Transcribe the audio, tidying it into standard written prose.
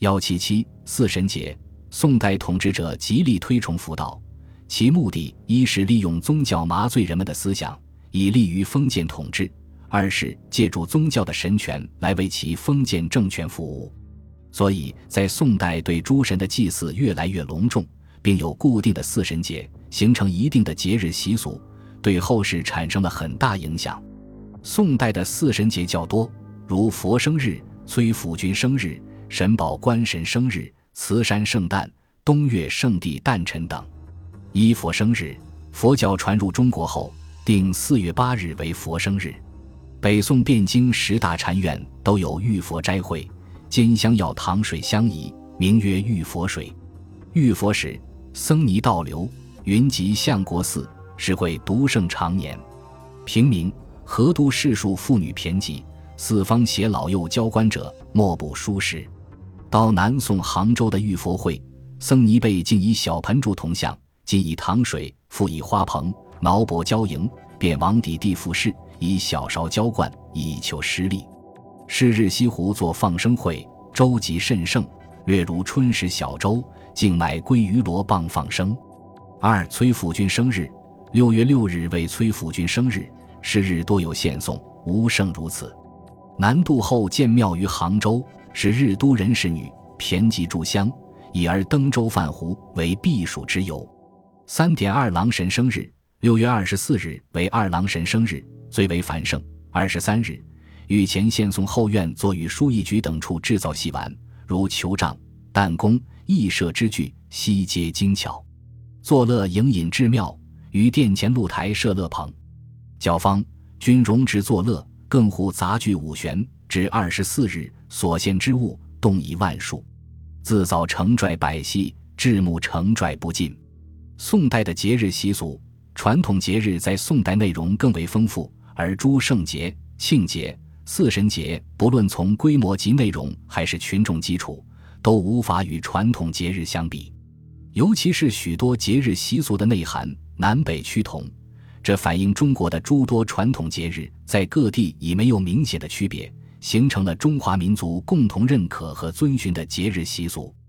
177祀神节，宋代统治者极力推崇佛道，其目的一是利用宗教麻醉人们的思想，以利于封建统治；二是借助宗教的神权来为其封建政权服务。所以在宋代对诸神的祭祀越来越隆重，并有固定的祀神节，形成一定的节日习俗，对后世产生了很大影响。宋代的祀神节较多，如佛生日、崔府君生日、神宝官神生日、慈山圣诞、东岳圣帝诞辰等。依佛生日，佛教传入中国后，定4月8日为佛生日。北宋汴京10大禅院都有玉佛斋会，兼香药糖水相宜，名曰玉佛水。玉佛时，僧尼倒流，云集相国寺，是会独盛常年。平民、河都士庶妇女骈瘠，四方携老幼交官者，莫不殊食。到南宋杭州的玉佛会，僧尼被禁以小盆柱铜像，禁以糖水，复以花棚、挠脖交迎，便往底地复事，以小勺浇灌，以求施力。是日西湖作放生会，舟楫甚盛，略如春时小舟，竞买鲑鱼螺蚌放生。2崔府君生日，6月6日为崔府君生日，是日多有献送，无胜如此。南渡后建庙于杭州，是日都人士女骈瘠炷香，以而登舟泛湖，为避暑之游。3点二郎神生日，6月24日为二郎神生日，最为繁盛。23日，御前献送后院作与书艺局等处制造戏玩，如球杖、弹弓、羿射之具，悉皆精巧。作乐迎引至庙，于殿前露台设乐棚。教坊均容植作乐，更护杂具五弦，至24日，所献之物动以万数。自早成拽百戏，至暮成拽不尽。宋代的节日习俗，传统节日在宋代内容更为丰富，而诸圣节、庆节、祀神节，不论从规模及内容还是群众基础，都无法与传统节日相比。尤其是许多节日习俗的内涵南北趋同，这反映中国的诸多传统节日在各地已没有明显的区别，形成了中华民族共同认可和遵循的节日习俗。